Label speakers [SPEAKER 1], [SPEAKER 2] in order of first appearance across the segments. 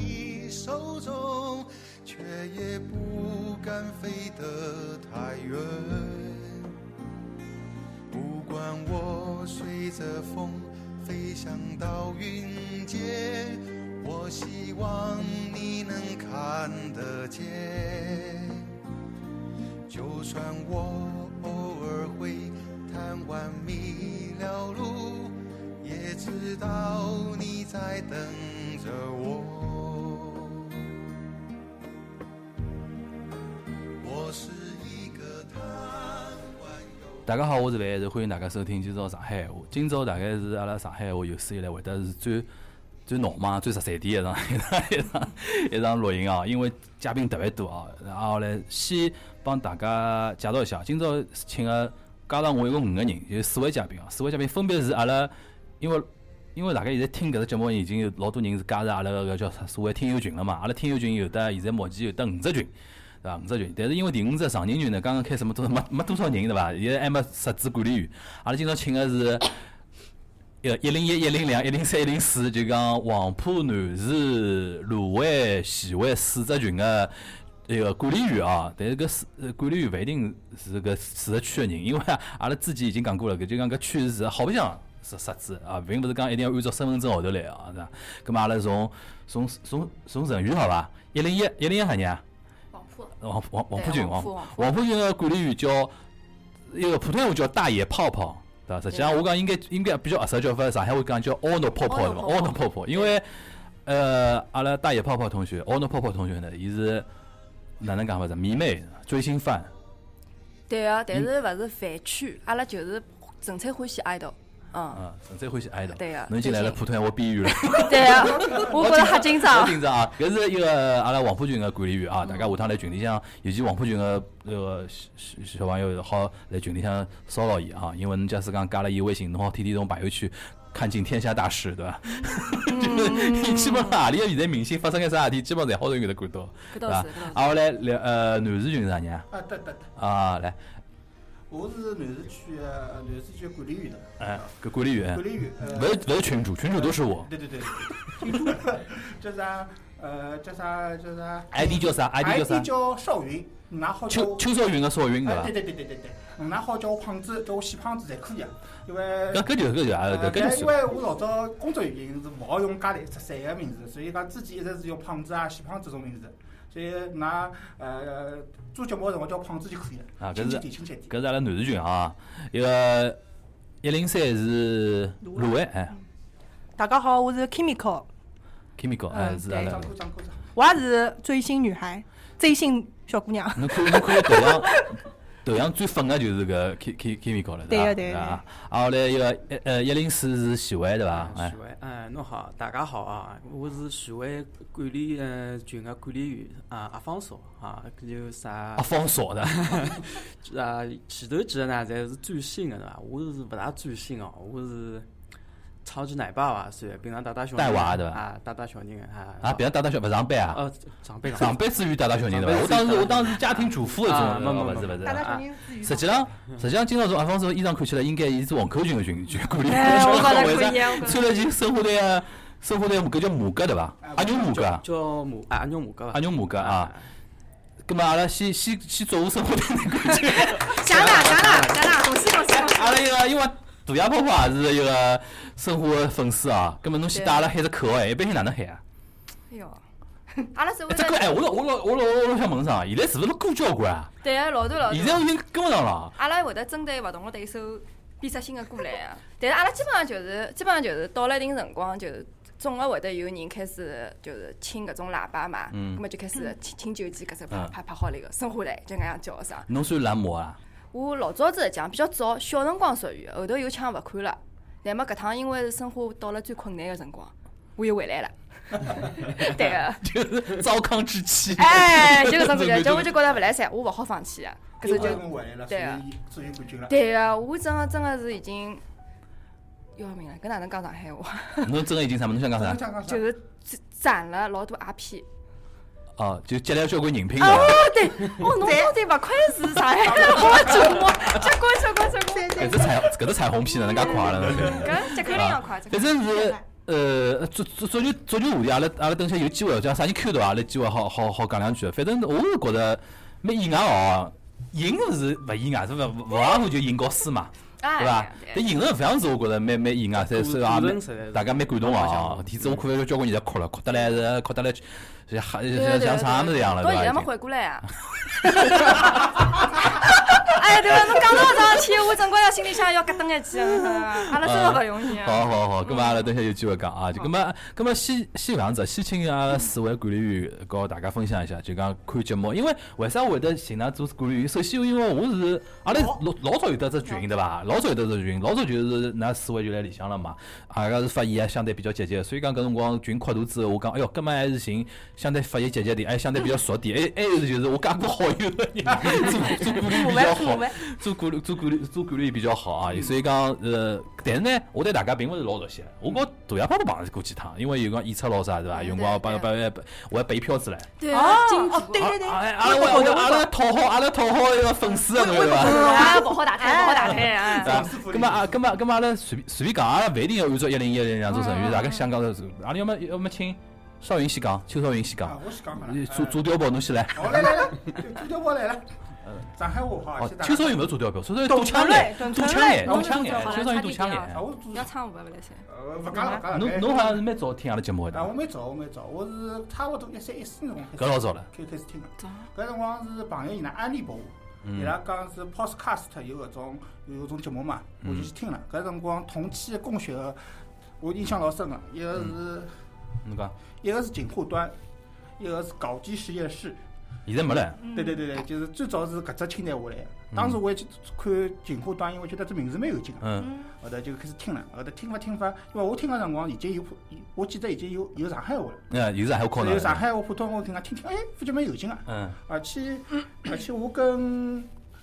[SPEAKER 1] 你手中，却也不敢飞得太远。不管我随着风飞翔到云间，我希望你能看得见。就算我偶尔会贪玩迷了路，也知道你在等着我。我是一个贪玩游。
[SPEAKER 2] 大家好，我是范，是欢迎大家收听今朝上海闲话。今朝大概是阿拉上海闲话有史以来会得是最闹忙、最13点一场录音啊，因为嘉宾特别多啊。然后来先帮大家介绍一下，今朝请个加上我一共5个人，有4位嘉宾啊。4位嘉宾分别是阿拉，因为大家现在听搿只节目已经有老多人是加入阿拉个叫所谓听友群了嘛。阿拉听友群有的现在目前有得5只群，对伐？5只群，但是因为第5只常人群呢，刚刚开始没多少人，对伐？现在还没设置管理员。阿拉今朝请个是101、102、103、104，就讲黄埔男士、芦湾、徐汇4只群个一个管理员啊。但是搿管理员勿一定是搿4个区个人，因为阿拉之前已经讲过了，搿就讲搿区是好白相设置啊，并勿是讲一定要按照身份证号头来啊，是吧？咁么阿拉从成员好伐？101啥人啊？黄埔群个管理员叫一个普通话叫大野泡泡，对伐？实际上我讲应该比较合适叫法，上海话讲叫奥诺泡泡，对伐？奥诺泡泡，因为阿拉大野泡泡同学，奥诺泡泡同学呢，伊是哪能讲法子？迷妹、追星犯。
[SPEAKER 3] 对啊，但是勿是饭圈，阿拉就是纯粹欢喜 idol。
[SPEAKER 2] 纯粹欢喜 idol。
[SPEAKER 3] 对啊，
[SPEAKER 2] 侬已经来了普通话边缘了。
[SPEAKER 3] 对啊，我觉得瞎紧张。
[SPEAKER 2] 好紧张啊！搿是一个阿拉黄埔群个管理员啊，大家下趟来群里向，尤其黄埔群个小朋友好来群里向骚扰伊啊，因为侬假使讲加了伊微信，侬好天天从朋友圈看尽天下大事，对伐？就是伊基本上何里个现在明星发生眼啥事体，基本上侪好从有得看到，对伐？啊，我来聊男士群是啥人啊？
[SPEAKER 4] 对。
[SPEAKER 2] 啊，来。
[SPEAKER 4] 我是南市区管理员的。
[SPEAKER 2] 搿管理员。勿是群主都是我。
[SPEAKER 4] 对。叫啥
[SPEAKER 2] ？ID 叫啥
[SPEAKER 4] ？ID 叫少云，㑚好叫
[SPEAKER 2] 邱少云个少云对伐？
[SPEAKER 4] 对，㑚好叫我胖子，叫我细胖子侪可以啊。因为
[SPEAKER 2] 搿就
[SPEAKER 4] 因为我老早工作原因是勿好用家里出三个名字，所以讲之前一直是用胖子啊、细胖子这种名字。所以㑚做节目的辰光叫胖子就可以了。亲切点。
[SPEAKER 2] 搿是阿拉男士群啊，一个103是芦湾。
[SPEAKER 5] 大家好，我是 Kimiko，
[SPEAKER 2] 是阿拉。
[SPEAKER 5] 我也是追星女孩，追星小姑娘。
[SPEAKER 2] 侬看头像最粉个就是个 Kimiko 了，
[SPEAKER 5] 对个。
[SPEAKER 2] 啊，后来一个104是徐汇对伐？
[SPEAKER 6] 徐汇，侬好，大家好啊，我是徐汇管理群个管理员啊，阿方少啊，搿就啥？
[SPEAKER 2] 阿方少的。
[SPEAKER 6] 啊，前头几个呢，侪是追星个对伐？我是勿大追星哦，我是超级奶爸伐，算平常打小人。
[SPEAKER 2] 带娃对伐？
[SPEAKER 6] 啊，打小人
[SPEAKER 2] 啊，平常打小勿上班啊？上班至于打小人对伐？我当时家庭主妇那种，勿是。
[SPEAKER 5] 打小人至于。
[SPEAKER 2] 实际上，今朝从阿方说衣裳看起来，应该伊是虹口群个群管理。
[SPEAKER 3] 我觉得可以。
[SPEAKER 2] 穿了件生活队搿叫马甲对伐？阿牛马甲。
[SPEAKER 6] 叫阿牛马甲。
[SPEAKER 2] 阿牛马甲啊。葛末阿拉先做下生活队那个群。
[SPEAKER 3] 讲哪，恭喜！
[SPEAKER 2] 阿拉一个因为。大野泡泡也是一个生活粉丝啊，葛末侬先带阿拉喊只口号，一般性哪能喊啊？
[SPEAKER 3] 哎哟，阿拉是为
[SPEAKER 2] 这个我老想问上，现在是勿是过交关啊？
[SPEAKER 3] 对啊，老多。
[SPEAKER 2] 现在已经跟勿上了。
[SPEAKER 3] 阿拉会得针对勿同的对手编出新的歌来啊，但是阿拉基本上就是到了一定辰光，就是总个会得有人开始就是请搿种喇叭嘛，葛末就开始请酒机搿只拍好那个生活来，就搿样叫上。
[SPEAKER 2] 侬算蓝魔啊？
[SPEAKER 3] 我老早子讲比较早，小辰光属于，后头有腔勿看了。那么搿趟因为是生活到了最困难的辰光，我又回来了。对个，
[SPEAKER 2] 就是糟糠之妻。
[SPEAKER 3] 就搿种感觉，就我就觉得勿来三，我勿好放弃啊。搿是就对个，对个，我真个是已经要命了，搿哪能讲上海话？
[SPEAKER 2] 侬真个已经啥么？侬想讲啥？
[SPEAKER 3] 就是攒了老多 IP。
[SPEAKER 2] 哦，就积累交关人品
[SPEAKER 3] 了。对，侬到底勿愧是上海话节目，结棍。
[SPEAKER 2] 搿只彩虹屁哪能介快了？
[SPEAKER 3] 搿节口令要快。
[SPEAKER 2] 反正是足球话题，阿拉等下有机会，讲啥人 Q 对伐？阿拉机会好讲两句。反正我是觉着蛮意外哦，赢是勿意外，是勿外乎就赢和输嘛，对伐？但赢成搿样子，我觉着蛮意外，是也大家蛮感动啊！天子我看到交关人在哭了，哭得来像啥么子样了，对伐？
[SPEAKER 3] 到现在没回过来啊！哎，对伐？侬讲到搿桩事体，我总归要心里向要咯噔一记，阿拉真的勿容易。
[SPEAKER 2] 好，咁阿拉等下有机会讲啊。就咁么先搿样子，先请阿拉4位管理员告大家分享一下，就讲看节目。因为为啥会得寻㑚做管理员？首先因为我是阿拉老早有得只群对伐？老早就是㑚4位就来里向了嘛。阿拉是发言相对比较积极，所以讲搿辰光群扩大之后，我讲哎哟，搿么还是寻相对发言积极点，还相对比较熟点。还有就是我加过好友的人做管理比较好。做管理比较好啊，所以讲但是呢，我对大家并勿是老熟悉。我跟大家跑都碰过几趟，因为有讲演出咯啥对伐？有辰光我还背票子唻。
[SPEAKER 3] 对
[SPEAKER 5] 对。
[SPEAKER 2] 阿拉讨好一个粉丝啊，对伐？
[SPEAKER 3] 啊，不好打开啊！
[SPEAKER 2] 咁么阿拉随便讲，阿拉勿一定要按照1010这样做程序，大家想讲的是，阿拉要么请邵云先讲，邱少云先讲。
[SPEAKER 4] 我先讲好了。
[SPEAKER 2] 做碉堡侬先来。
[SPEAKER 4] 好来，做碉堡来了。上海话好。
[SPEAKER 2] 邱少云勿是做碉堡，邱少云堵枪眼，邱少云堵枪眼。
[SPEAKER 3] 要唱舞勿来塞。
[SPEAKER 4] 勿讲了。
[SPEAKER 2] 侬好像是蛮早听阿拉节目的。
[SPEAKER 4] 我蛮早，我是差不多13、14辰光
[SPEAKER 2] 搿老早了。
[SPEAKER 4] 开始听的。搿辰光是朋友伊拉安利拨我，伊拉讲是 podcast 有搿种节目嘛，我就去听了。搿辰光同期供血的，我印象老深个，一个是
[SPEAKER 2] 侬讲，
[SPEAKER 4] 一个是锦户端，一个是搞基实验室。
[SPEAKER 2] 现在没了。
[SPEAKER 4] 对，就是最早是搿只清单下来。当时我也去看锦户端，因为觉得这名字蛮有劲个。后头就开始听了，后头听法，因为我听个辰光已经有，我记得已经有上海话了。
[SPEAKER 2] 有上海话，
[SPEAKER 4] 有上海话普通话听，哎，发觉蛮有劲个。而且我跟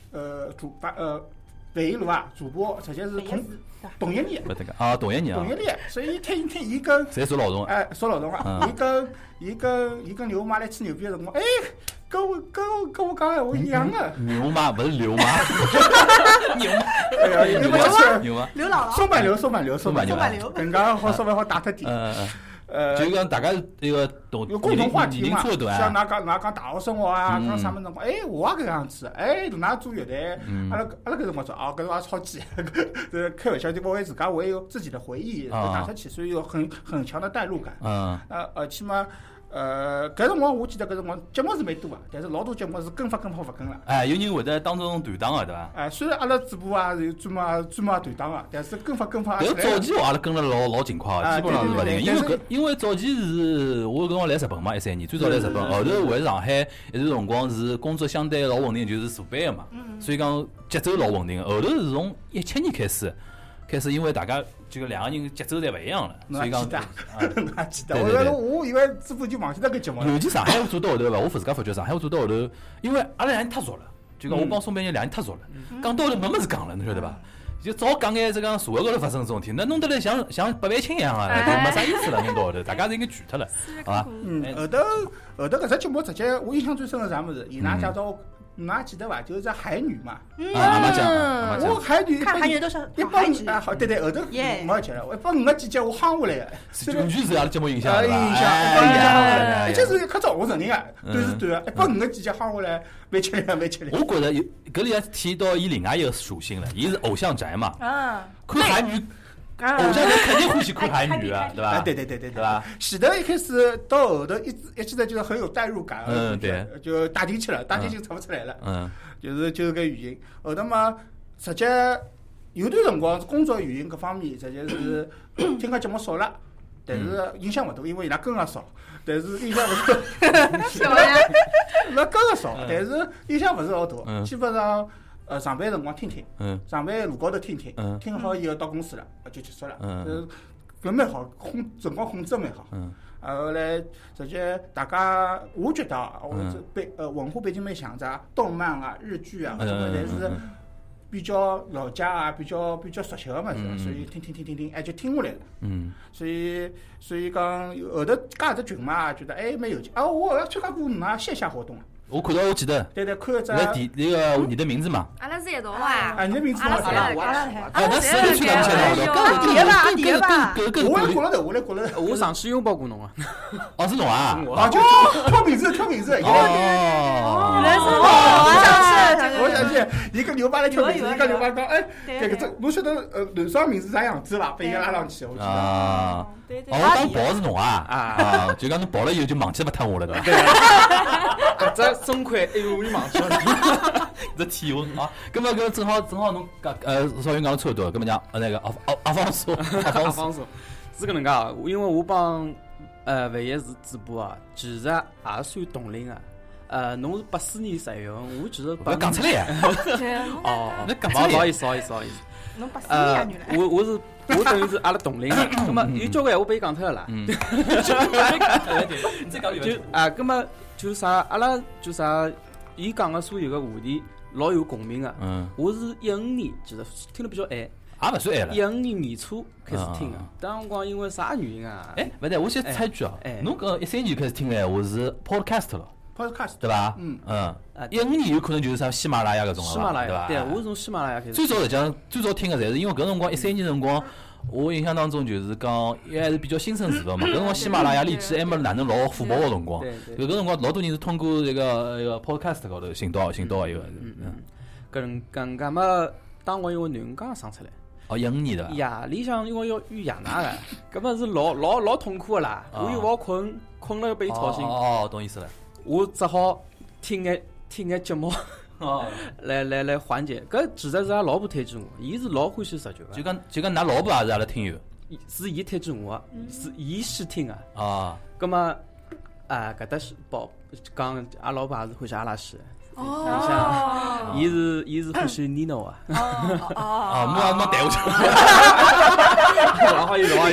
[SPEAKER 4] 万一路啊主播直接是同一年。
[SPEAKER 2] 同一年。
[SPEAKER 4] 所以听伊跟。
[SPEAKER 2] 侪做劳动。
[SPEAKER 4] 做劳动啊！伊跟刘妈来吹牛逼个辰光，跟我讲闲话一样个。
[SPEAKER 2] 牛妈勿是刘妈。牛妈。
[SPEAKER 5] 刘姥姥。
[SPEAKER 4] 松板牛。更加好稍微好打脱点。
[SPEAKER 2] 就讲大家一个
[SPEAKER 4] 有共同话题嘛，像㑚讲大学生活啊，讲啥么辰光，我也搿样子，㑚做乐队，阿拉搿辰光说搿辰光超级，开玩笑就我自家我也有自己的回忆打出去，所以有很强的代入感。而且嘛。搿辰光我记得搿辰光节目是蛮多个，但是老多节目是跟勿跟了。
[SPEAKER 2] 有人会得当中断档个，对伐？
[SPEAKER 4] 虽然阿拉主播啊有专门断档个，但是跟勿。
[SPEAKER 2] 搿早期阿拉跟了老勤快个，基本上是勿停。因为早期是我搿辰光来日本嘛，13年，最早来日本，后头回上海一段辰光是工作相对老稳定，就是坐班个嘛，所以讲节奏老稳定个。后头是从17年开始，因为大家就两个人节奏侪勿一样了，所以讲，
[SPEAKER 4] 哪记得？我以为主播就忘记那个节目了。
[SPEAKER 2] 尤其上海话做到后头伐，我自家发觉上海话做到后头，因为阿拉两人太熟了，就讲我帮宋班人两人太熟了，讲到后头没么子讲了，侬晓得伐？就早讲眼这讲社会高头发生这种事体，那弄得来像八万青一样啊，没啥意思了，弄到后头，大家是应该聚脱了，好伐？
[SPEAKER 4] 后头搿只节目直接我印象最深个啥物事？伊拉介绍。侬还记得伐？就是海女嘛。
[SPEAKER 2] 阿妈讲，
[SPEAKER 4] 我海女
[SPEAKER 5] 看韩剧都是180
[SPEAKER 4] 啊，好，对，后头没记了，150几集我夯下来个。
[SPEAKER 2] 完全是阿拉节目影响，
[SPEAKER 4] 影响，就是可早我承认个，短是短个，150几集夯下来，蛮吃力。
[SPEAKER 2] 我觉着搿里也体现到伊另外一个属性了，伊是偶像宅嘛，看韩女。偶像宅肯定欢喜看韩女啊，对吧？
[SPEAKER 4] 对吧？前头一开始到后头一记得就是很有代入感，
[SPEAKER 2] 对，
[SPEAKER 4] 就打进去了，唱不出来了，就是搿语音。后头嘛，直接有段辰光工作语音各方面，直接是听个节目少了，但是影响勿大，因为伊拉跟个少，但是影响勿大。
[SPEAKER 3] 少呀，
[SPEAKER 4] 那跟个少，但是影响勿是老大，基本上。上班辰光听，上班路高头听，听好以后到公司了，就结束了。搿蛮好，辰光控制蛮好。后来直接大家，我觉得我这文化背景蛮像着，动漫啊、日剧啊，但是比较老家啊，比较熟悉个物事，所以听，就听下来了。所以讲后头加只群嘛，觉得蛮有劲。我要参加过㑚线下活动。
[SPEAKER 2] 我看到我记得，
[SPEAKER 4] 对，看一只。
[SPEAKER 2] 那你的名字嘛？
[SPEAKER 3] 阿拉是一道啊！
[SPEAKER 4] 你的名字嘛？
[SPEAKER 2] 那是你去哪去了？
[SPEAKER 5] 第一吧，
[SPEAKER 4] 我来过了的，
[SPEAKER 6] 我上去拥抱过侬啊！
[SPEAKER 2] 哦，是侬啊？
[SPEAKER 4] 就挑名字。
[SPEAKER 5] 原来是我
[SPEAKER 4] 我想起一个牛巴来挑名字，一个牛巴讲，哎，这侬晓得刘双名字啥样子伐？被伊拉上去，我记得。
[SPEAKER 2] 哦，我当报是侬啊！就讲侬报了以后就忘记勿脱我了，对
[SPEAKER 6] 伐？这总亏哎呦，你忘记了？
[SPEAKER 2] 这体温啊！搿么正好侬讲邵云讲得差不多，搿么讲那个阿方说
[SPEAKER 6] 是搿能介啊，因为我帮万一是主播啊，其实也算同龄啊。侬是84年10月份，我其实
[SPEAKER 2] 不讲出来呀！
[SPEAKER 6] 哦，
[SPEAKER 2] 那讲出来，
[SPEAKER 6] 不好意思。
[SPEAKER 5] 侬84年原来。
[SPEAKER 6] 我等于是阿拉同龄的，葛么有交关我被伊讲脱了啦。葛么就啥阿拉就啥，伊讲个所有个话题老有共鸣个。我是15年，其实听得比较晚。
[SPEAKER 2] 也勿算晚了。
[SPEAKER 6] 15年年初开始听个，当辰光因为啥原因啊？
[SPEAKER 2] 勿对，我先插一句啊，侬搿13年开始听个闲话是 podcast 了。
[SPEAKER 4] podcast
[SPEAKER 2] 对伐？15年有可能就是啥喜马拉雅搿种
[SPEAKER 6] 喜马拉雅
[SPEAKER 2] 对
[SPEAKER 6] 伐？对，我是从喜马拉雅开始。
[SPEAKER 2] 最早实际上最早听个侪是因为搿辰光13年辰光，我印象当中就是讲还是比较新生事物嘛。搿辰光喜马拉雅、荔枝还没哪能老火爆个辰光，搿辰光老多人是通过这个 podcast 高头寻到一个。
[SPEAKER 6] 搿介么，当我因为囡恩刚生出来。
[SPEAKER 2] 15年对伐？
[SPEAKER 6] 夜里向因为要喂爷奶个，搿么是老痛苦个啦。我又勿好困了又被伊吵醒。
[SPEAKER 2] 哦，懂意思了。
[SPEAKER 6] 我只好听眼节目，来缓解。搿其实是阿老婆推荐我，伊是老欢喜十九个。
[SPEAKER 2] 就讲㑚老婆也是阿拉听友。
[SPEAKER 6] 是伊推荐我，是伊先听个。搿么搿搭是讲阿拉老婆也是欢喜阿拉西。像伊是欢喜 Nino 啊。
[SPEAKER 2] 侬带我去。
[SPEAKER 6] 不好意思。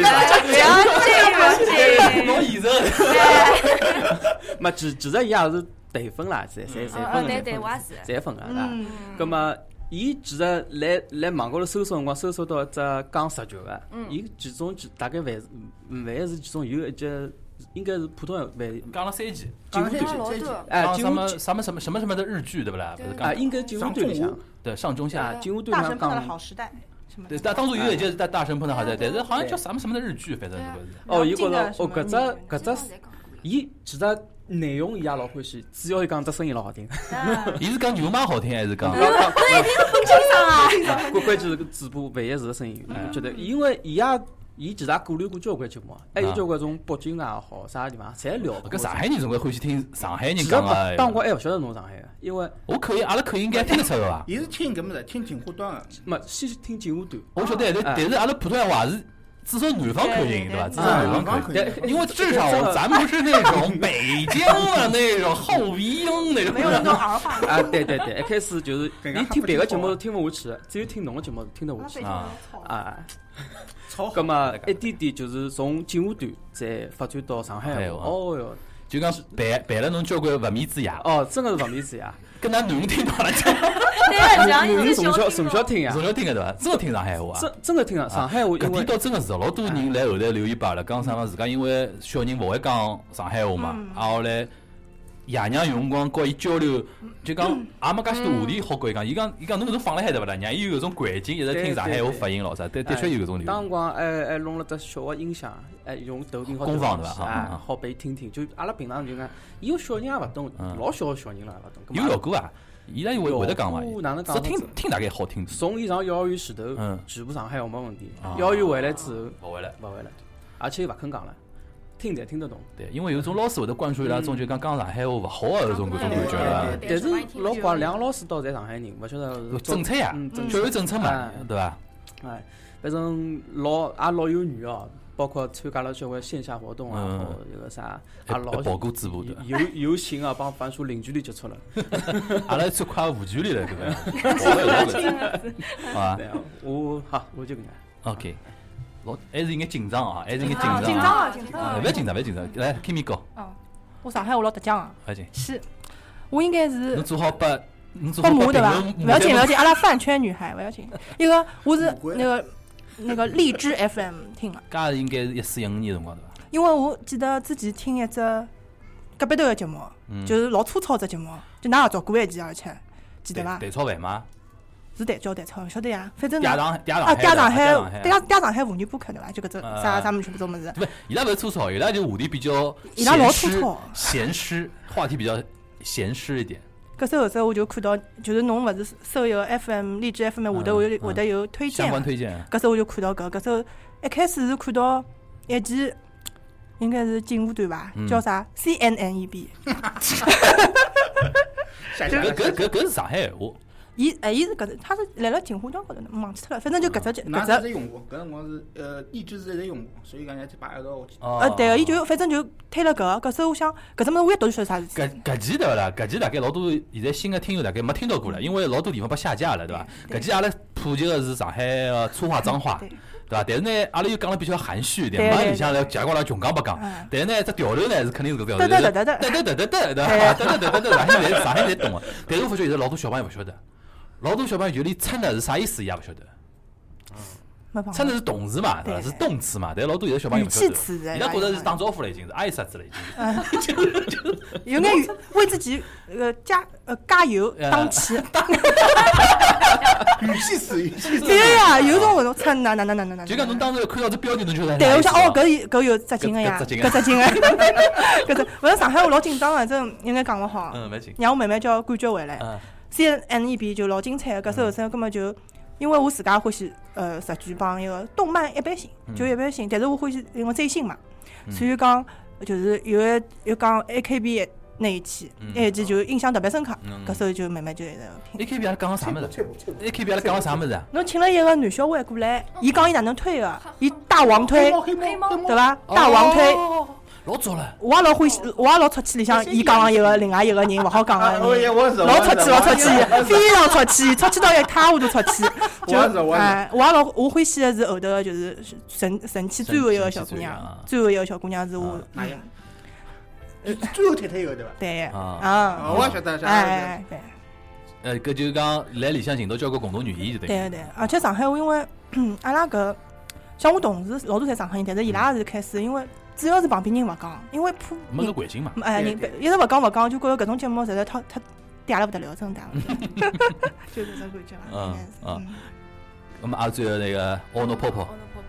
[SPEAKER 2] 侬现在。
[SPEAKER 6] 嘛，其实伊也是对分啦，侪分。
[SPEAKER 3] 对，我也是。
[SPEAKER 6] 侪分个啦。葛么，伊其实来网高头搜索辰光，搜索到一只讲19个，伊其中大概万是其中有一节。应该是普通话，
[SPEAKER 2] 讲了3集，
[SPEAKER 4] 讲了3集，
[SPEAKER 2] 什么的日剧对不啦？
[SPEAKER 6] 应该进入队里向，
[SPEAKER 2] 对上中下，
[SPEAKER 6] 进入队里向
[SPEAKER 5] 讲。大神碰到好时代，
[SPEAKER 2] 对，当中有一节是大神碰到好时代，但是好像叫什么的日剧，反正是。
[SPEAKER 6] 伊觉着搿只，伊其实内容伊也老欢喜，主要伊讲只声音老好听。
[SPEAKER 2] 伊是讲牛妈好听还是讲？
[SPEAKER 3] 那一听都很清爽
[SPEAKER 6] 啊！关键是个主播万一是个声音，觉得因为伊其实也过滤过交关节目，还有交关从北京啊好啥地方侪聊。
[SPEAKER 2] 搿上海人总归欢喜听上海人讲个。
[SPEAKER 6] 当我还勿晓得侬上海个，因为
[SPEAKER 2] 我口音，阿拉口音应该听得出个伐？
[SPEAKER 4] 伊是听搿么子，听锦华段个。
[SPEAKER 6] 没，先听锦华段。
[SPEAKER 2] 我晓得，但是阿拉普通话是至少南方口音对吧？至少南方口音，因为至少咱不是那种北京的那种后鼻音那种。
[SPEAKER 5] 没有那种儿化。
[SPEAKER 6] 啊，对，一开始就是你听别个节目听勿下去，只有听侬个节目听得下去啊。咁么一点点就是从锦华段再发展到上海话，哦哟，
[SPEAKER 2] 就讲办了侬交关勿面子呀。
[SPEAKER 6] 哦，真个是勿面子呀。
[SPEAKER 2] 跟㑚囡听到了讲。
[SPEAKER 6] 囡从小听呀。
[SPEAKER 2] 从小听个对伐？真个听上海话。
[SPEAKER 6] 真个听上海话。
[SPEAKER 2] 搿点倒真个是，老多人来后台留言罢了，讲啥嘛？自家因为小人勿会讲上海话嘛，后来爷娘有辰光和伊交流，就讲也没介许多话题好跟伊讲。伊讲侬搿种放辣海对勿啦？让伊有搿种环境一直听上海话发音咾啥，的确有搿种流。
[SPEAKER 6] 当辰光还弄了只小个音响，用头顶好
[SPEAKER 2] 功放对伐？
[SPEAKER 6] 好拨伊听听。就阿拉平常就讲，伊个小人也勿懂，老小个小人了也勿懂。
[SPEAKER 2] 有效果啊！伊拉会得讲伐？是听大概好听。
[SPEAKER 6] 送伊上幼儿园前头，全部上海话没问题。幼儿园回来之后，
[SPEAKER 2] 勿回来，
[SPEAKER 6] 而且又勿肯讲了。听才听得懂，
[SPEAKER 2] 对，因为有种老师会得灌输伊拉种就讲上海话勿好个搿种感觉对
[SPEAKER 6] 但是老怪两个老师倒侪上海人，勿晓得
[SPEAKER 2] 政策呀，教育政策嘛，对伐？
[SPEAKER 6] 反正老有缘哦，包括参加了交关线下活动啊，或有个啥老
[SPEAKER 2] 跑过直播的，
[SPEAKER 6] 有幸啊帮樊叔零距离接触了，
[SPEAKER 2] 阿拉最快无距离了，对伐？好吧，
[SPEAKER 6] 我就搿样
[SPEAKER 2] ，OK。还是应该紧张啊，
[SPEAKER 5] 紧张，
[SPEAKER 2] 不要紧张，来，Kimi 哥。
[SPEAKER 5] 我上海话老得讲啊。是，我应该是。
[SPEAKER 2] 侬做好把
[SPEAKER 5] 母对吧？不要紧，阿拉饭圈女孩不要紧。一个我是那个荔枝 FM 听了。
[SPEAKER 2] 搿应该是14、15年辰光对伐？
[SPEAKER 5] 因为我记得之前听一只隔壁头个节目，就是老粗糙只节目，就㑚也做过一期，而且记得伐？
[SPEAKER 2] 蛋炒饭吗？
[SPEAKER 5] 是蛋叫蛋炒，晓得呀。反正
[SPEAKER 2] 嗲上海
[SPEAKER 5] 妇女播客对伐？就搿只啥物事做物事。
[SPEAKER 2] 不，伊拉勿是粗糙，伊拉就话题比较
[SPEAKER 5] 伊拉老粗糙，
[SPEAKER 2] 闲湿，话题比较闲湿一点。
[SPEAKER 5] 搿时候我就看到，就是侬勿是搜一个 FM 荔枝 FM 下头会得有推荐，
[SPEAKER 2] 相关推荐。
[SPEAKER 5] 搿时候我就看到搿时候一开始是看到一期，应该是警务段伐？叫啥 CNNEB。
[SPEAKER 2] 搿是上海闲话。
[SPEAKER 5] 伊是搿只，他是来了锦湖江高头，忘记脱了。反正就搿只。
[SPEAKER 4] 搿只用户，搿辰光是荔枝是一直用户，所以讲呢就把一道下去。
[SPEAKER 5] 对个，伊就反正就推了搿时候我想搿只物事我一读就晓得啥事体。
[SPEAKER 2] 搿期对勿啦？搿期大概老多现在新的听友大概没听到过了，因为老多地方被下架了，对伐？搿期阿拉普及的是上海个粗话脏话。对伐？但是呢，阿拉又讲了比较含蓄一点，没里向来结果来穷讲不讲。但是呢，这调头呢是肯定是搿调头，对伐？上海侪懂个。但是我发觉现在老多小朋友勿晓得，老多小朋友就连撑的是啥意思也勿晓得。撑的是动词嘛，对伐？是动词嘛，但老多现在小朋友勿晓得，伊拉觉得是打招呼了已经是，挨啥子了已经。
[SPEAKER 5] 有眼为自己加油打气。
[SPEAKER 4] 语气词。
[SPEAKER 5] 对呀，有种搿种撑哪。
[SPEAKER 2] 就讲侬当时看到这标题，侬就
[SPEAKER 5] 对，我想搿有扎劲个呀，搿扎劲个，搿只勿是上海话老紧张个，真应该讲勿好。
[SPEAKER 2] 蛮紧。
[SPEAKER 5] 让我慢慢叫感觉回来。CNNEB 就老精彩个，搿首首根本就，因为我自家欢喜日剧帮一个动漫一般性，就一般性，但是我欢喜因为追星嘛，所以讲就是有讲 AKB 那一期，那一期就印象特别深刻，搿时候就慢慢就一直
[SPEAKER 2] 听。AKB 阿拉讲个啥物事？AKB 阿拉讲个啥物事啊？
[SPEAKER 5] 侬请了一个男小孩过来，伊讲伊哪能推个，伊大王推，对伐？大王推。
[SPEAKER 2] 老早了，
[SPEAKER 5] 我也老欢喜，我也老出气里向，伊讲另外一个人勿好讲个人，老出气，非常出气到一塌糊涂出气。我欢喜的是后头个就是神气最后一个小姑娘，最后一个小姑娘是我。
[SPEAKER 4] 最后推一个对伐？
[SPEAKER 5] 对
[SPEAKER 4] 我也晓得。
[SPEAKER 5] 对。
[SPEAKER 2] 搿就是讲来里向寻到交关共同语言就对。
[SPEAKER 5] 对，而且上海话因为阿拉搿像我同事老多侪上海人，但是伊拉也是开始因为。主要是旁边人勿讲，因为怕
[SPEAKER 2] 没搿环境嘛。
[SPEAKER 5] 人一直勿讲，就觉着搿种节目实在太嗲了勿得了，真嗲了。就搿种感觉了。
[SPEAKER 2] 那么阿最后那个哦 no 泡泡。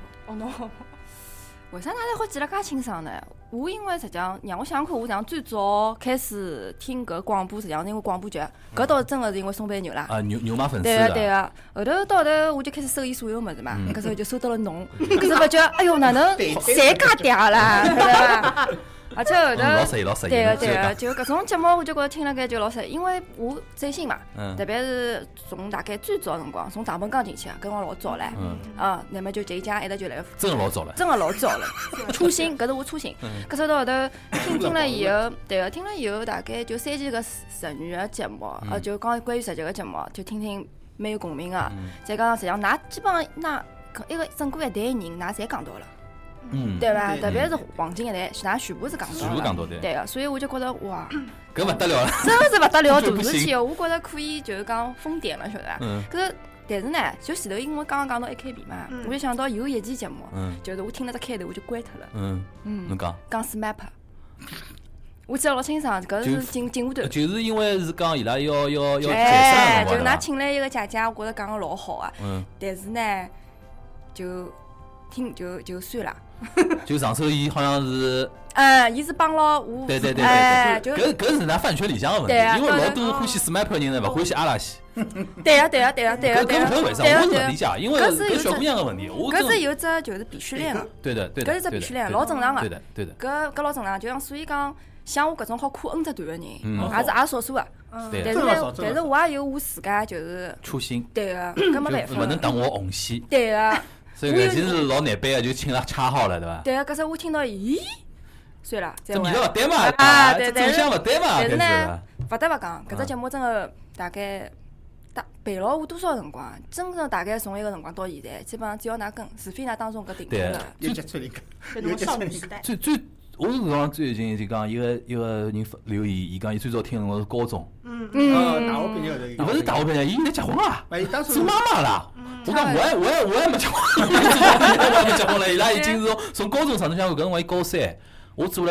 [SPEAKER 3] 为啥大家会记得介清爽呢？我因为实际上让我想看，我讲最早开始听搿广播，实际上是因为广播剧，搿倒是真的是因为松板牛啦。
[SPEAKER 2] 牛妈粉丝。
[SPEAKER 3] 对个。后头到头我就开始搜伊所有物事嘛，搿时候就搜到了侬，搿时候觉得哎哟哪能侪介嗲啦，晓得伐？而且后头对个，就搿种节目我就觉得听了该就老适，因为我追星嘛，特别是从大概最早辰光，从大本刚进去啊，搿辰光老早唻，那么就这一家一直就来，
[SPEAKER 2] 真的老早了，
[SPEAKER 3] 初心，搿是我初心，搿时候到后头听了以后，对个，听了以后大概就3期个日语个节目，就讲关于日剧个节目，就听蛮有共鸣个，再加上实际上㑚基本上㑚一个整个一代人㑚侪讲到了。对伐？特别是黄金一代，㑚全部是讲到的，对个，所以我就觉得哇，
[SPEAKER 2] 搿勿得了了，
[SPEAKER 3] 真的是勿得了大事体，我觉得可以就是讲疯癫了，晓得伐？可是但是呢，就前头因为刚刚讲到 AKB 嘛，我就想到有一期节目，就是我听了只开头我就关脱了。
[SPEAKER 2] 侬
[SPEAKER 3] 讲 SMAP， 我记得老清爽，搿是进舞团，
[SPEAKER 2] 就是因为是讲伊拉要
[SPEAKER 3] 解散，就是㑚请来一个姐姐，我觉着讲个老好啊，但是呢，就听就算了。
[SPEAKER 2] 就上首伊好像是，
[SPEAKER 3] 伊是帮了我，
[SPEAKER 2] 对，搿是㑚饭圈里向个问题，因为老多欢喜 SMAP 个人呢，勿欢喜阿拉西。
[SPEAKER 3] 对个，
[SPEAKER 2] 搿为啥？我是勿理解，因为搿小姑娘个问题，
[SPEAKER 3] 搿是有只就是鄙视链个，
[SPEAKER 2] 对的，
[SPEAKER 3] 搿是只鄙视链，老正常个，
[SPEAKER 2] 对的，
[SPEAKER 3] 搿老正常，就像所以讲，像我搿种好哭 N 只段个人，也少数个，但是我也有我自家就是
[SPEAKER 2] 初心，
[SPEAKER 3] 对个，搿没办法，
[SPEAKER 2] 勿能当我红线，
[SPEAKER 3] 对个。
[SPEAKER 2] 所以搿其实老难办个，就请了恰好了，对伐？
[SPEAKER 3] 对个，搿时候我听到，咦，算了，
[SPEAKER 2] 这味道勿对嘛，
[SPEAKER 3] 对，
[SPEAKER 2] 走向勿对嘛，
[SPEAKER 3] 但是呢，勿得勿讲，搿只节目真个大概陪牢我多少辰光？真正大概从一个辰光到现在，基本上只要㑚跟，除非㑚当中搿停顿了，
[SPEAKER 4] 有接触力，
[SPEAKER 5] 有少女时代。
[SPEAKER 2] 最，我是讲最近就讲一个人留言，伊讲伊最早听我是高中，
[SPEAKER 4] 大学毕业后头，
[SPEAKER 2] 勿是大学毕业，伊现在结婚了，做妈妈了。我讲我还没结婚，我还没结婚了。伊拉已经是从高中上头相看，搿辰光伊高3，我做了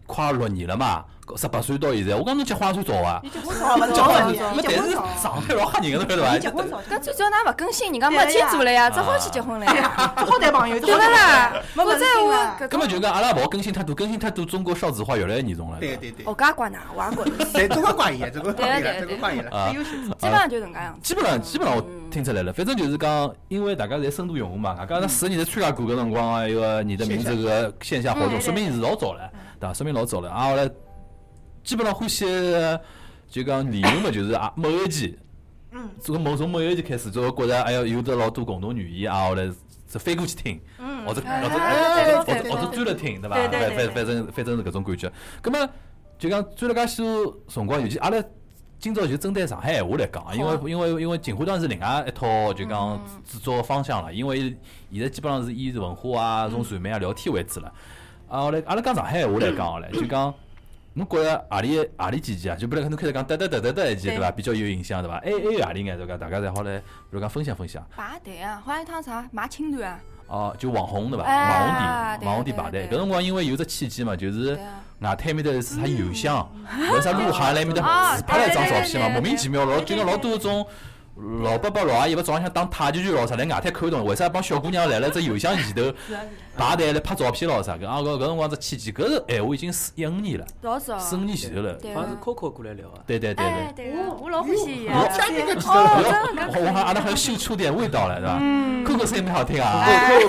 [SPEAKER 2] 快6年了嘛，18岁到现在，我讲侬结婚也算早啊。
[SPEAKER 5] 你结婚早，勿早问题。
[SPEAKER 2] 但是上海老吓人个，侬晓得伐？
[SPEAKER 5] 你结婚早。
[SPEAKER 3] 搿最主要㑚勿更新，人家没天做了呀，只好去结婚了呀。
[SPEAKER 5] 只好谈朋友，
[SPEAKER 3] 对了啦。否则我
[SPEAKER 2] 根本就讲阿拉勿好更新太多，中国少子化越来越严重了。
[SPEAKER 4] 对。
[SPEAKER 3] 我家管呐，我也管。
[SPEAKER 4] 对，这个怪异，这个怪异了。
[SPEAKER 2] 啊，
[SPEAKER 3] 基本上就搿能介样子。
[SPEAKER 2] 基本上我听出来了，反正就是讲，因为大家侪深度用户嘛，大家10年侪参加过搿辰光一个你的名字个线下活动，说明是老早了，对伐？说明老早了。啊，后来基本上欢喜就讲理由嘛，就是某一期，从某一期开始，就觉着哎呀有得老多共同语言啊，后来是翻过去听，或者转了听，对伐？反正是搿种感觉。葛末就讲转了介许多辰光，尤其阿拉。今朝就针对上海闲话来讲，因为锦湖端是另外一套就讲制作方向了，因为现在基本上是以文化啊、种传媒啊、聊天为主了。啊，后来阿拉讲上海闲话来讲唻，就讲侬觉着何里几集啊？就比如侬开始讲得一集对伐？比较有印象对伐？还有何里眼对伐？大家侪好来，比如讲分享。
[SPEAKER 3] 排队啊，好像一趟啥买青团啊。
[SPEAKER 2] 哦，就网红对伐？网红店排队。搿辰光因为有只契机嘛，就是外滩面头是啥邮箱，为啥鹿晗来面头自拍了一张照片嘛，莫名其妙就讲老多种老伯伯老阿姨勿早浪向打太极拳咯啥，来外滩看懂，为啥帮小姑娘来了只邮箱前头排队来拍照片咯啥？搿辰光只契机，搿是闲话已经15年了，4、5年前头了。
[SPEAKER 6] 好像是 Coco 过来聊啊。
[SPEAKER 2] 对。
[SPEAKER 3] 我老欢喜。
[SPEAKER 2] 我阿拉还要嗅出点味道来，对伐？Coco 声音蛮好听啊。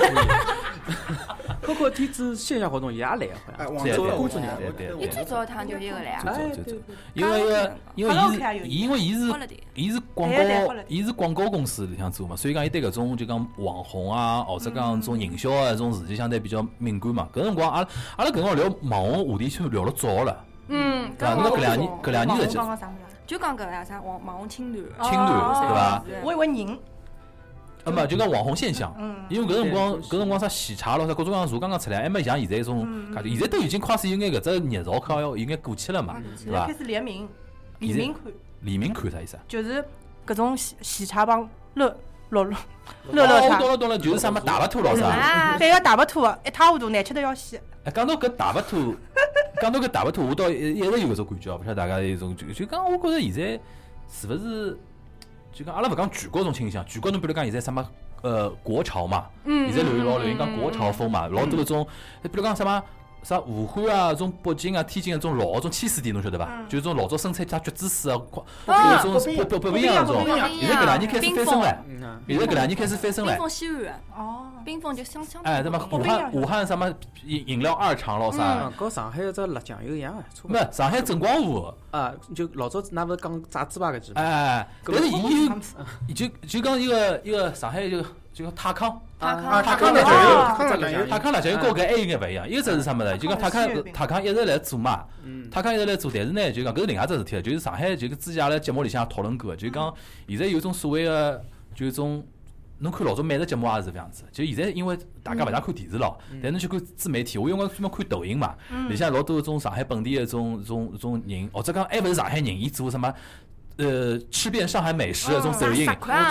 [SPEAKER 6] Coco 天子线下活动也来好像。
[SPEAKER 4] 做工作人
[SPEAKER 2] 员。
[SPEAKER 3] 伊最早一趟就一个来啊。
[SPEAKER 2] 因为伊是广告公司里向做嘛，所以讲伊对搿种就讲网红啊，或者讲种营销啊，种事体相对比较敏感嘛。搿辰光阿拉搿辰光聊网红话题就聊了早了。对伐？侬搿两年
[SPEAKER 3] 就讲搿个啥网红青团
[SPEAKER 2] 对伐？
[SPEAKER 5] 我以为人。
[SPEAKER 2] 嘛就讲网红现象，因为搿辰光啥喜茶咯，啥各种各样茶刚刚出来，还没像现在一种感觉，现在都已经开始有眼搿只热潮快要有眼过去了嘛，对伐？
[SPEAKER 5] 开始联名款
[SPEAKER 2] 啥意思啊？
[SPEAKER 5] 就是搿种喜茶帮乐
[SPEAKER 2] 茶。懂了，就是啥么大白兔咯啥？
[SPEAKER 5] 对个大白兔一塌糊涂，难吃得要死。
[SPEAKER 2] 讲到搿大白兔，我倒一直有搿种感觉，勿晓得大家有种就讲，我觉着现在是勿是？就讲阿拉勿讲全国种倾向，全国侬比如讲现在什么国潮嘛，现在流行讲国潮风嘛，老多搿种，比如讲什么啥武汉啊，种北京啊、天津啊种老种千丝店侬晓得伐？就是种老早生产啥橘子水啊，有种不一样种，现在搿两年开始翻身了，冰
[SPEAKER 3] 峰西岸冰峰就香。
[SPEAKER 2] 哎，什么武汉什么饮料2厂咯啥？
[SPEAKER 6] 跟上海有只辣酱油一样啊，
[SPEAKER 2] 没上海正光湖
[SPEAKER 6] 啊，就老早㑚勿是讲炸猪排搿句？
[SPEAKER 2] 哎，但是伊有就讲一个上海就讲泰康辣酱油高搿还有眼勿一样，一个只是啥物事？就讲泰康一直来做嘛，但是呢就讲搿是另外只事体了，就是上海就之前阿拉节目里向讨论过，就讲现在有种所谓个就是种。侬看老早美食节目也是搿样子，就现在因为大家勿大看电视咯，但侬去看自媒体，我因为专门看抖音嘛，里向老多种上海本地的种人，或者讲还勿是上海人，伊做什么吃遍上海美食的种抖音，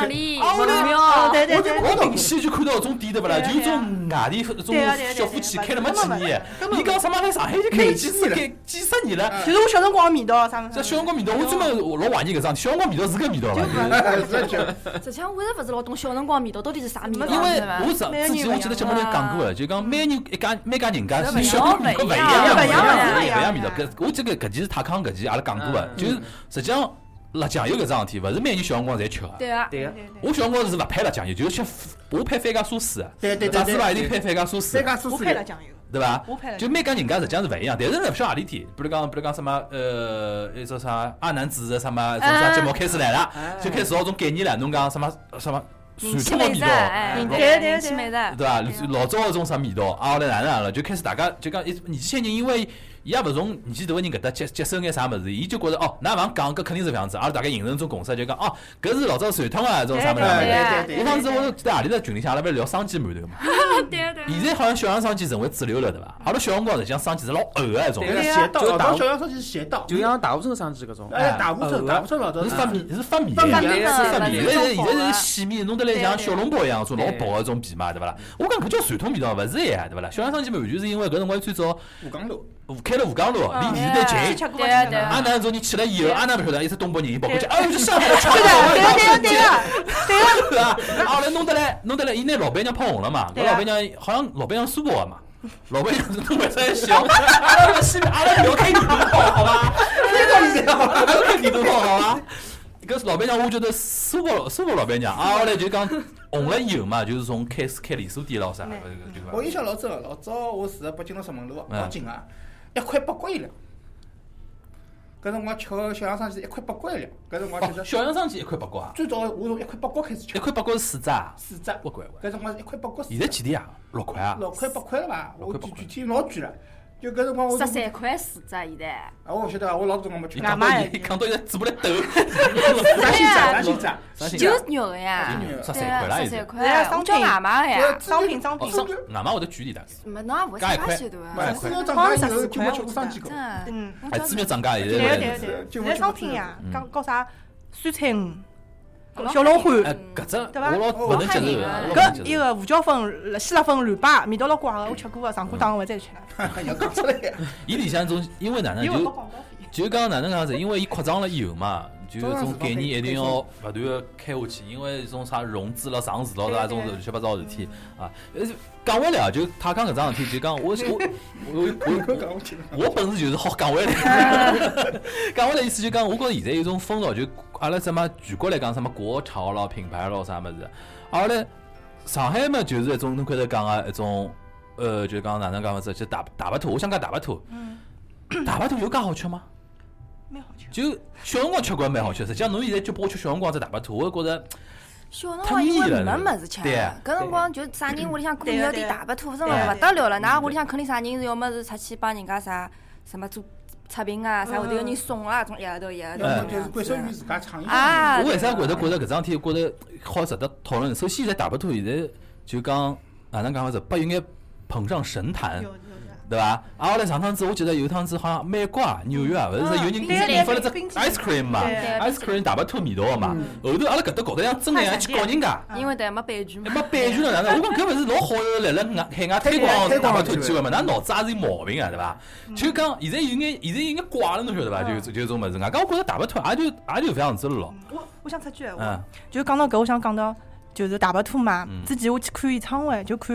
[SPEAKER 2] 我明显就看到种店对勿啦，就种外地种小夫妻开了没几年，伊讲什么在上海已经开了几十年了，
[SPEAKER 5] 就是我小辰光味道啥物事。
[SPEAKER 2] 这小辰光味道，我专门老怀疑搿桩，小辰光味道是搿味道
[SPEAKER 3] 伐？实际上我一直勿是老懂小辰光味道到底是啥味道。
[SPEAKER 2] 因为我之前我记得节目里讲过了，就讲每人每家人家小
[SPEAKER 3] 辰光
[SPEAKER 2] 味道勿一样味道。我记得搿期是泰康搿期阿拉讲过个，就是实际上。辣酱油搿桩事体，勿是每年小辰光侪吃个。
[SPEAKER 3] 对啊。
[SPEAKER 2] 我小辰光是勿配辣酱油，就是吃我配番茄苏丝。
[SPEAKER 4] 对。
[SPEAKER 2] 炸猪排一定配番茄苏丝。
[SPEAKER 5] 我配了酱油。
[SPEAKER 2] 对伐？就每家人家实际上是勿一样，但是勿晓得何里天，比如讲什么一种啥阿南子的什么种啥节目开始来了，就开始老种概念了。侬讲什么传统的味道，对伐？老早搿种啥味道，后来哪能了？就开始大家就讲年纪轻人，因为。伊也勿从年纪大个人搿搭接受眼啥物事，伊就觉着哦，㑚勿讲搿肯定是搿样子，阿拉大家形成一种共识，就讲哦，搿是老早传统啊，种啥物事。我当时我在何里只群里向，阿拉勿是聊生煎馒头嘛。
[SPEAKER 3] 对。
[SPEAKER 2] 现在好像小杨生煎成为主流了，对伐？阿拉小辰光实际上生煎是老厚个一种。
[SPEAKER 4] 邪道，就小杨生煎是邪道，
[SPEAKER 6] 就像大湖村生煎搿种。
[SPEAKER 4] 大湖村老早
[SPEAKER 2] 是发米，是发米。现在是细米，弄得来像小笼包一样，做老薄个种皮嘛，对勿啦？我讲搿叫传统味道，勿是呀，对勿啦？小杨生煎嘛，完全是因为搿辰光最早。
[SPEAKER 4] 武
[SPEAKER 2] 开了吴江路，离电视台近。
[SPEAKER 3] 对。
[SPEAKER 2] 阿南种人去了以后，阿南不晓得，一只东北人跑过去，就上海的吃。对啊，后来弄得来，伊拿老板娘泡红了嘛。搿老板娘好像老板娘苏北的嘛。老板娘是东北人，小，阿拉不要开地图炮，好吧？这个理解好吧？不要开地图炮，好吧？搿老板娘，我觉得苏北老板娘，后来就讲红了以后嘛，就是从开始开连锁店咯啥，
[SPEAKER 4] 我印象老深，老早我住在北京的石门路，老近啊，1块8角一两。搿辰光吃个小洋生鸡1块8角一两，搿辰光其实
[SPEAKER 2] 小洋生鸡1块8角啊。
[SPEAKER 4] 最早我从1块8角开始吃。
[SPEAKER 2] 1块8角是4只啊
[SPEAKER 4] ？4只。
[SPEAKER 2] 我乖。
[SPEAKER 4] 搿辰光是1块8角。
[SPEAKER 2] 现在几钿啊？6块啊
[SPEAKER 4] ？6块8块了吧？我具体老贵了。就搿辰光我
[SPEAKER 3] 13块4只现在。
[SPEAKER 4] 啊，我勿晓得，我老早辰光没吃。
[SPEAKER 2] 讲到现在嘴巴来抖。
[SPEAKER 4] 啥性质？
[SPEAKER 3] 就肉个呀。
[SPEAKER 2] 13块了
[SPEAKER 3] 13块。我叫外卖个呀。
[SPEAKER 5] 商品。
[SPEAKER 2] 外卖会得贵点大概。
[SPEAKER 3] 没，侬也勿会差许多啊。
[SPEAKER 4] 猪肉涨价以后就没吃过生鸡口。
[SPEAKER 2] 猪肉涨价现
[SPEAKER 5] 在。对。现在商品呀，讲搞啥酸菜鱼。小龙虾，
[SPEAKER 2] 搿只我老勿能接受个。
[SPEAKER 5] 搿一个胡椒粉、希腊粉、乱摆，味道老怪个，我吃过个，上过当勿再吃了。
[SPEAKER 4] 要讲出来。
[SPEAKER 2] 伊里向种，因为哪能就讲哪能讲子，因为伊扩张了以后嘛，就种概念一定要勿断个开下去，因为种啥融资了、上市了啥种乱七八糟事体啊。讲回来啊，就他讲搿桩事体，就讲我本事就是好讲回来。讲回来意思就讲，我觉着现在有种风潮，就阿拉什么全国来讲什么国潮咯、品牌咯啥物事，后来上海嘛就是一种侬开头讲个一种就讲哪能讲法子，就大白兔，我想讲大白兔。大白兔有介好吃吗？
[SPEAKER 5] 蛮好吃。
[SPEAKER 2] 就小辰光吃过蛮好吃，实际上侬现在就拨我吃小辰光只大白兔，我觉着。
[SPEAKER 3] 小辰光因为没物事吃，搿辰光就啥人屋里向过年要点大白兔，真个勿得了了。㑚屋里向肯定啥人是要么是出去帮人家啥什么做测评啊，啥会得有人送啊，种一后头。
[SPEAKER 4] 就是关注于自家创意。
[SPEAKER 2] 我为啥会得觉着搿桩事体，觉着好值得讨论？首先，现在大白兔现在就讲哪能讲法子，不有眼捧上神坛。对伐？后来上趟子我记得有一趟子好像美国啊、纽约啊，勿是有人研发了只 ice cream 嘛 ，ice cream 大白兔味道个嘛。后头阿拉搿搭搞得像真个样去告人家，
[SPEAKER 3] 因为对没版权嘛。
[SPEAKER 2] 没版权了哪能？我讲搿勿是老好个来海外推广大白兔机会嘛？㑚脑子也是有毛病啊，对伐？就讲现在有眼怪了，侬晓得伐？就种物事，我觉着大白兔也就搿样子了咯。
[SPEAKER 5] 我想插句闲话，就讲到搿，我想讲到。就是大白兔嘛，之前我去看演唱会，就看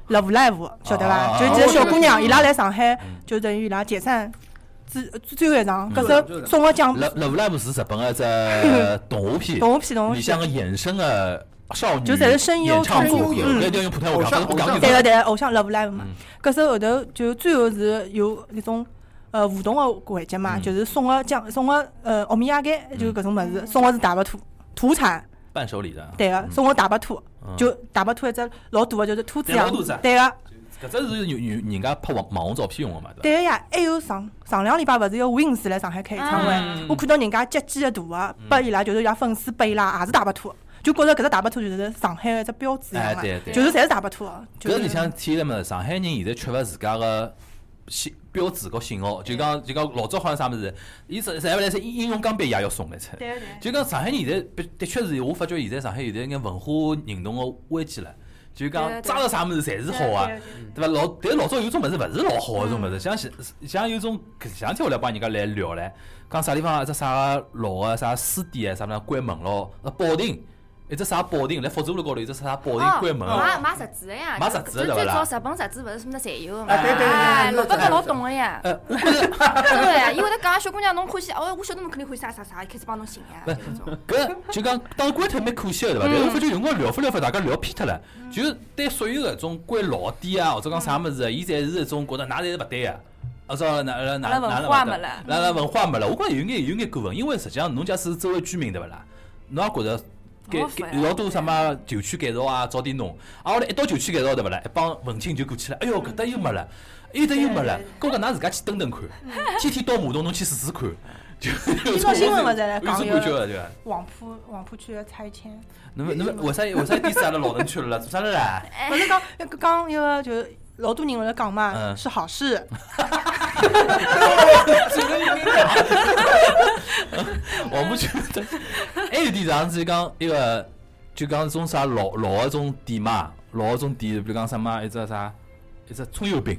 [SPEAKER 5] Love， 晓得伐？就几个小姑娘，伊拉来上海，就等于伊拉解散最后一场，搿首送个奖。
[SPEAKER 2] Love 是日本个只动画片，里向个衍生个少女，
[SPEAKER 5] 就侪是声优
[SPEAKER 2] 唱作品，一定要用普通话讲。
[SPEAKER 5] 对个，偶像 Love 嘛，搿首后头就最后是有那种互动个环节嘛，就是送个奖，送个欧米亚盖，就搿种物事，送个是大白兔土产。
[SPEAKER 2] 伴手礼的，
[SPEAKER 5] 对个，送我大白兔，就大白兔一只老大个，就是兔子样，对个。
[SPEAKER 2] 搿只是人家拍网红照片用个嘛，
[SPEAKER 5] 对个呀。还有上两礼拜勿是有 Wings 来上海开演唱会，我看到人家接机个图个，拨伊拉就是伊拉粉丝拨伊拉也是大白兔，就觉着搿只大白兔就是上海个一只标志一样个，就是侪是大白兔。
[SPEAKER 2] 搿里向体现了嘛，上海人现在缺乏自家个标志和信号，就讲老早好像啥物事，伊实在勿来说英雄钢笔也要送来出。
[SPEAKER 5] 对。
[SPEAKER 2] 就讲上海现在的确是，我发觉现在上海有点眼文化认同个危机了。就讲抓到啥物事侪是好啊，对伐？但老早有种物事勿是老好个种物事，像有种前两天我来帮人家来聊唻，讲啥地方一只啥个老个啥书店啊，啥物事关门咯，保定。一只啥保定，来福州路高头有只啥保定关门
[SPEAKER 3] 哦，买杂志个呀，
[SPEAKER 2] 买杂志对伐啦？
[SPEAKER 3] 最早日本杂志勿是什么侪有个
[SPEAKER 4] 嘛？对，
[SPEAKER 3] 老早老懂个呀。
[SPEAKER 2] 我觉着
[SPEAKER 3] 真个呀，伊会得讲小姑娘侬欢喜，我晓得侬肯定欢喜啥，开始帮侬寻呀。
[SPEAKER 2] 搿就讲当关脱蛮可惜个对伐？但是我发觉有辰光聊发，大家聊偏脱了。就对所有搿种关老店啊，或者讲啥物事，伊侪是一种觉着㑚侪是勿对个。说哪
[SPEAKER 3] 文化没了，
[SPEAKER 2] 哪文化没了。我觉着有眼过分，因为实际上侬假使是周围居民对勿啦？侬也觉着。老多什么旧区改造啊，早点弄。后来一到旧区改造对勿啦？一帮文青就过去了。哎哟，搿搭又没了，埃搭又没了。搿个㑚自家去蹬看，天天到马洞侬去试看。就
[SPEAKER 5] 今朝新闻勿是来讲
[SPEAKER 2] 有
[SPEAKER 5] 黄浦区的拆迁。
[SPEAKER 2] 侬为啥第四阿拉老城区了？做啥了啦？
[SPEAKER 5] 勿是讲一个就老多人辣讲嘛，是好事。
[SPEAKER 2] 我不觉得，还有点上次讲一个，就讲种啥老个种店嘛，老个种店，比如讲什么一只葱油饼，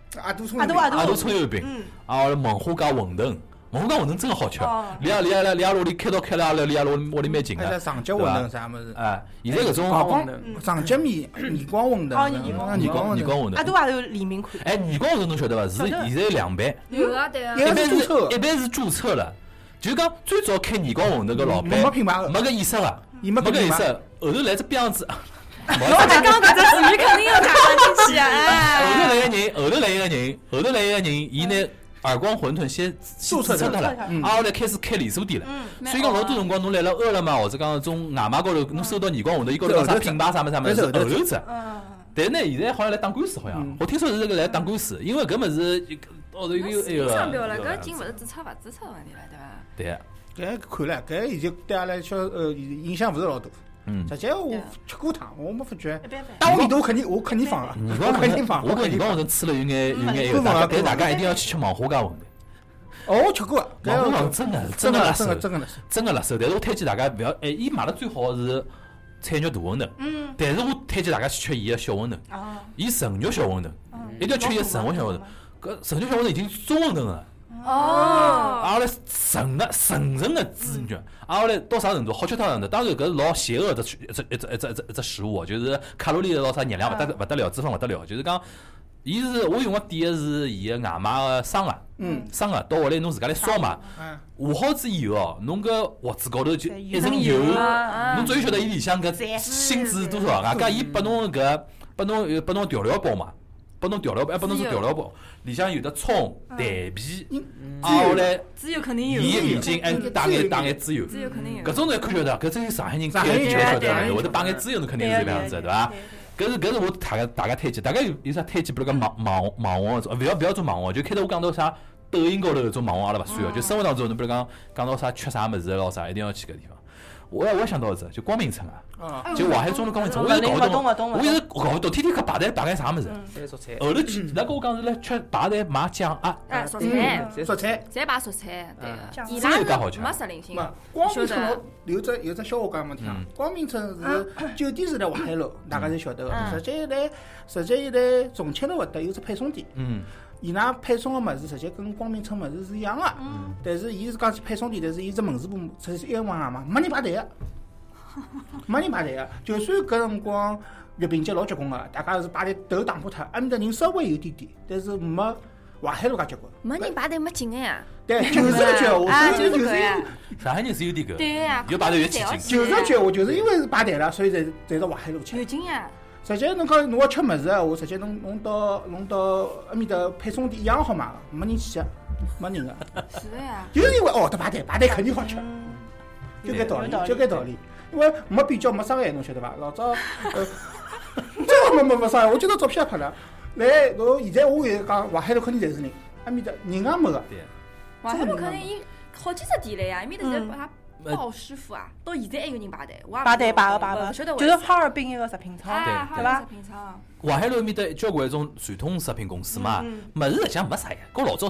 [SPEAKER 4] 阿杜葱
[SPEAKER 2] 油饼，啊，猛虎加馄饨。蒙古馄饨真个好吃，离阿拉屋里开到了，离阿拉屋里蛮近个。
[SPEAKER 4] 上街馄饨啥物事？
[SPEAKER 2] 哎，现在搿种
[SPEAKER 4] 上街面光馄饨，
[SPEAKER 2] 年光馄饨。
[SPEAKER 5] 阿都也有联名款。
[SPEAKER 2] 哎，年光馄饨侬晓得伐？是现在有2版。
[SPEAKER 3] 有啊，对啊。
[SPEAKER 2] 一般是注册了，就是讲最早开年光馄饨个老板
[SPEAKER 4] 没品牌，
[SPEAKER 2] 没个意思个，没个意思。后头来只彪子。
[SPEAKER 3] 我刚刚搿只词语肯定要加上进去啊！
[SPEAKER 2] 后头来一个人，伊拿耳光馄饨先注册脱了，后来开始开连锁店了。所以讲老多辰光，侬来了饿了么或者讲种外卖高头，侬收到年光馄饨，伊高头讲啥品牌啥么是后头只。但是呢，现在好像来打官司，好像我听说是这个来打官司，因为搿物事后头有
[SPEAKER 3] 那个。商标了，搿已经勿是注册勿注册问题了，对伐？
[SPEAKER 2] 对。
[SPEAKER 4] 搿看了，搿已经对阿拉影响勿是老大。直接我吃过趟，我没发觉。当我面头我肯定放啊，我肯定放。
[SPEAKER 2] 我跟年光馄饨吃了有眼但大家一定要去吃芒花家馄饨。
[SPEAKER 4] 我吃过，
[SPEAKER 2] 芒花真的辣手，但是我推荐大家不要，伊卖的最好是菜肉大馄饨，但是我推荐大家去吃伊个小馄饨，伊纯肉小馄饨，一定要吃伊纯肉小馄饨。搿纯肉小馄饨已经中馄饨了。后来纯的猪肉，后来到啥程度？好吃到啥程度？当然搿是老邪恶的一只食物，就是卡路里老啥热量勿得了，脂肪勿得了。就是讲，伊是我用个点个是伊个外卖个生个，到后来侬自家来烧嘛，和好之以后哦，侬搿锅子高头就一层油，侬终于晓得伊里向搿芯子多少。外加伊拨侬搿拨侬调料包嘛。拨侬调料包，拨侬是调料包，里向有的葱、蛋皮，后来
[SPEAKER 3] 猪油肯定有，
[SPEAKER 2] 伊个眼睛打眼猪油，
[SPEAKER 3] 肯定有。
[SPEAKER 2] 搿种侬看晓得，搿只有上海人开的店晓得，会得摆眼猪油，侬肯定是这样子，对伐？搿是我大家推荐，大家有啥推荐？比如讲网红，勿要做网红，就开头我讲到啥抖音高头搿种网红阿拉勿算哦，就生活当中侬比如讲到啥吃啥物事咯啥，一定要去搿地方。我想到一只，就光明城啊，就淮海中路光明城，我一直搞不懂，我一直搞不懂，天天去排队啥物事。后头伊拉跟我讲是来吃排队买酱啊，
[SPEAKER 3] 蔬菜，
[SPEAKER 4] 侪
[SPEAKER 3] 摆蔬菜，对个。伊
[SPEAKER 2] 拉
[SPEAKER 3] 没实灵性。
[SPEAKER 4] 光明城有只笑话讲没听，光明城是酒店是在淮海路，大家侪晓得个。实际伊在重庆路搿搭有只配送店。伊拉配送个物事实际跟光明城物事是一样个，但是伊是讲去配送店，但是伊只门市部实际是一个网嘛，没人排队个，没人排队个。就算搿辰光月饼节老结棍个，大家是排队头打破脱，埃面搭人稍微有点，但是没淮海路介结棍。
[SPEAKER 3] 没人排队没劲个呀。
[SPEAKER 4] 对，就是搿句话，
[SPEAKER 3] 就是搿呀。
[SPEAKER 2] 上海人是有点搿。
[SPEAKER 3] 对呀。
[SPEAKER 2] 越排队越起劲。
[SPEAKER 4] 就是搿句话，就是因为是排队了，所以才到淮海路去。
[SPEAKER 3] 有劲呀。
[SPEAKER 4] 实际侬讲侬要吃物事个话，实际侬到埃面搭配送店一样好买个，没人去个，没人个。
[SPEAKER 3] 是个呀。
[SPEAKER 4] 就是因为得排队肯定好吃，就搿道理。因为没比较没伤害，侬晓得伐？老早真个没伤害，我今朝照片也拍了。来，侬现在我也讲淮海路肯定侪是人，埃面搭人也没个。
[SPEAKER 3] 淮海路肯定伊好几只店了呀，埃面搭现在把它。鲍师傅啊，到现在还有人排队，
[SPEAKER 5] 排个，就是哈尔滨一个食品厂，对吧？
[SPEAKER 2] 淮海路埃面搭交关一种传统食品公司嘛，物事实际上没啥呀，跟老早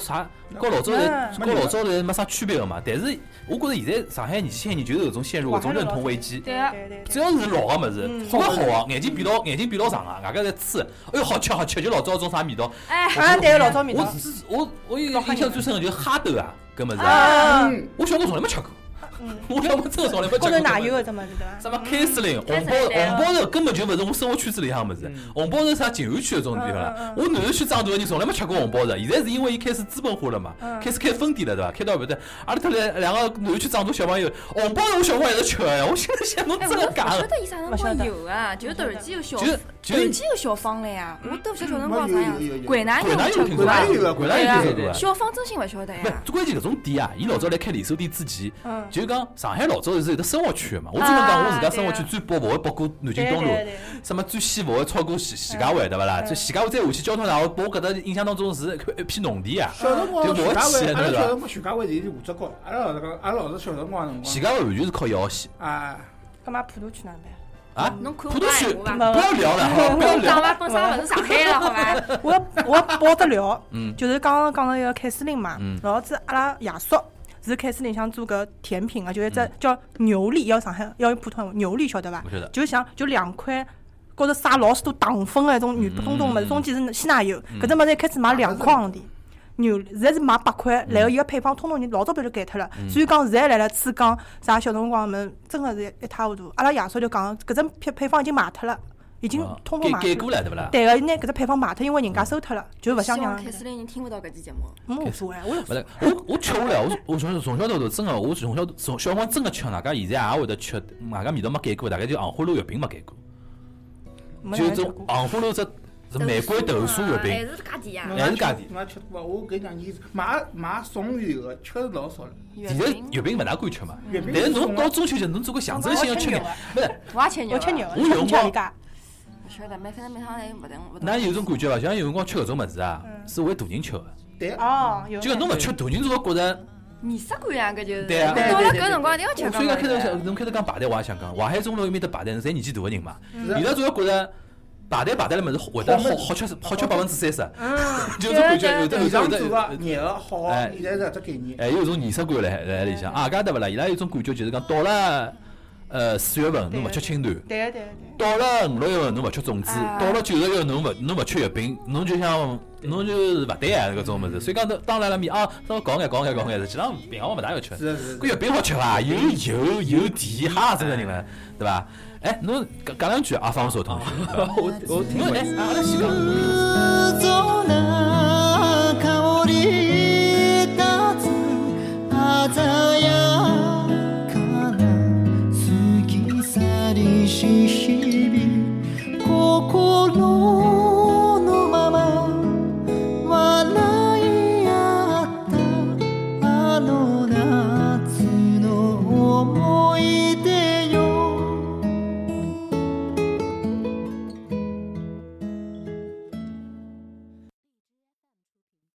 [SPEAKER 2] 没啥区别个嘛。但是我觉着现在上海年轻人就是搿种陷入搿种认同危机，
[SPEAKER 3] 对啊，
[SPEAKER 2] 只要是老个物事，好个好个，眼睛闭牢长个，外加在吃，哎哟好吃，就老早种啥味道？
[SPEAKER 5] 对，老早味道。
[SPEAKER 2] 我印象最深个就是哈豆啊，搿物事，我小辰光从来没吃过。我真的从来没吃过。
[SPEAKER 5] 高头哪有搿只物事对伐？
[SPEAKER 2] 什么开司令、红包头根本就勿是我生活圈子里向物事。红包头啥静安区搿种地方啦。我南市区长大个人从来没吃过红包头。现在是因为伊开始资本化了嘛，开始开分店了对伐？开到后头，阿拉特两个南市区长大小朋友，红包头我小辰光一直吃个，我现在想侬真个假个？
[SPEAKER 3] 晓得伊啥辰光有啊？就突然间有小方了呀！我都勿晓得小辰光啥样。桂南有吃过啊？小方真心勿晓得呀。
[SPEAKER 2] 不，关键搿种店啊，伊老早来开连锁店之前，就讲上海老早是有得生活区个嘛。我专门讲我自家生活区最北勿会北过南京东路，什么最西勿会超过徐家汇对勿啦？最徐家汇再下去交通上，我搿搭印象当中是一片农地啊。
[SPEAKER 4] 小辰光
[SPEAKER 2] 徐家汇，
[SPEAKER 4] 阿拉小辰光徐家汇是湖浙高，阿拉老是小辰光辰光。
[SPEAKER 2] 徐家汇完全是靠一号线。
[SPEAKER 4] 啊。
[SPEAKER 5] 干嘛普陀区哪办？
[SPEAKER 2] 啊，
[SPEAKER 3] 侬看
[SPEAKER 2] 普陀区不
[SPEAKER 3] 要
[SPEAKER 2] 聊了，不要聊
[SPEAKER 3] 了。本身勿是上海了，好伐？
[SPEAKER 5] 我爆得了，就是刚刚讲到一个凯司令嘛，老子阿拉爷叔是凯司令想做个甜品啊，就一只叫牛粒，要上海要用普通话牛粒，晓得伐？
[SPEAKER 2] 不晓得。
[SPEAKER 5] 就2块高头撒老许多糖粉个一种软东东物事，中间是鲜奶油，搿只物事一开始卖2块洋钿。牛现在是卖8块，然后伊个配方通通人老早边就改脱了，所以讲现在来了次讲啥小辰光们真个是一塌糊涂。阿拉爷叔就讲搿只配方已经卖脱了，已经通通卖
[SPEAKER 2] 改过了对勿啦？
[SPEAKER 5] 对个，拿搿只配方卖脱，因为人家收脱了，就勿想让。
[SPEAKER 3] 开始来人听勿到搿期节目。
[SPEAKER 5] 无所谓，
[SPEAKER 2] 我吃下来，我从小到大真个，我从小辰光真个吃，外加现在也会得吃，外加味道没改过，大概就红花露月饼没改过，就种红花露只。是玫瑰豆酥月饼，
[SPEAKER 3] 还是价钿呀？
[SPEAKER 2] 还是价钿。
[SPEAKER 4] 我吃过，我搿2年买送鱼个确实老少了。
[SPEAKER 2] 现在月饼勿大敢吃嘛，但是侬到中秋节侬做个象征性要吃眼，不是？
[SPEAKER 3] 我也吃牛，
[SPEAKER 5] 我吃牛，
[SPEAKER 2] 我有辰光。
[SPEAKER 3] 勿晓得，反正每趟侪勿同。
[SPEAKER 2] 那有种感觉伐？像有辰光吃搿种物事啊，是为大人吃个。
[SPEAKER 4] 对。
[SPEAKER 5] 哦，有。
[SPEAKER 2] 就侬勿吃，大人总觉着。
[SPEAKER 3] 仪式感呀，搿就是。
[SPEAKER 2] 对啊。
[SPEAKER 3] 到了搿辰光一定要吃。
[SPEAKER 2] 所以讲侬开头讲排队，我也想讲，淮海中路埃面搭排队侪年纪大个人嘛，伊拉总要觉着。排队了物事会得好吃30%，就是感觉有的
[SPEAKER 4] 做个热个好，现在是只概念。
[SPEAKER 2] 哎，有种仪式感来里向，搿对勿啦？伊拉有种感觉就是讲到了4月份侬勿吃青团，
[SPEAKER 5] 对。
[SPEAKER 2] 到了5、6月份侬勿吃粽子，到了9、10月侬勿吃月饼，侬就是勿对啊搿种物事。所以讲当然了面啊，稍搞眼，实际上平常勿大要吃。搿月饼好吃伐？有油有甜，哈这个人了，对伐？哎，侬讲2句阿方所同学，
[SPEAKER 6] 我听过。
[SPEAKER 2] 阿拉先讲。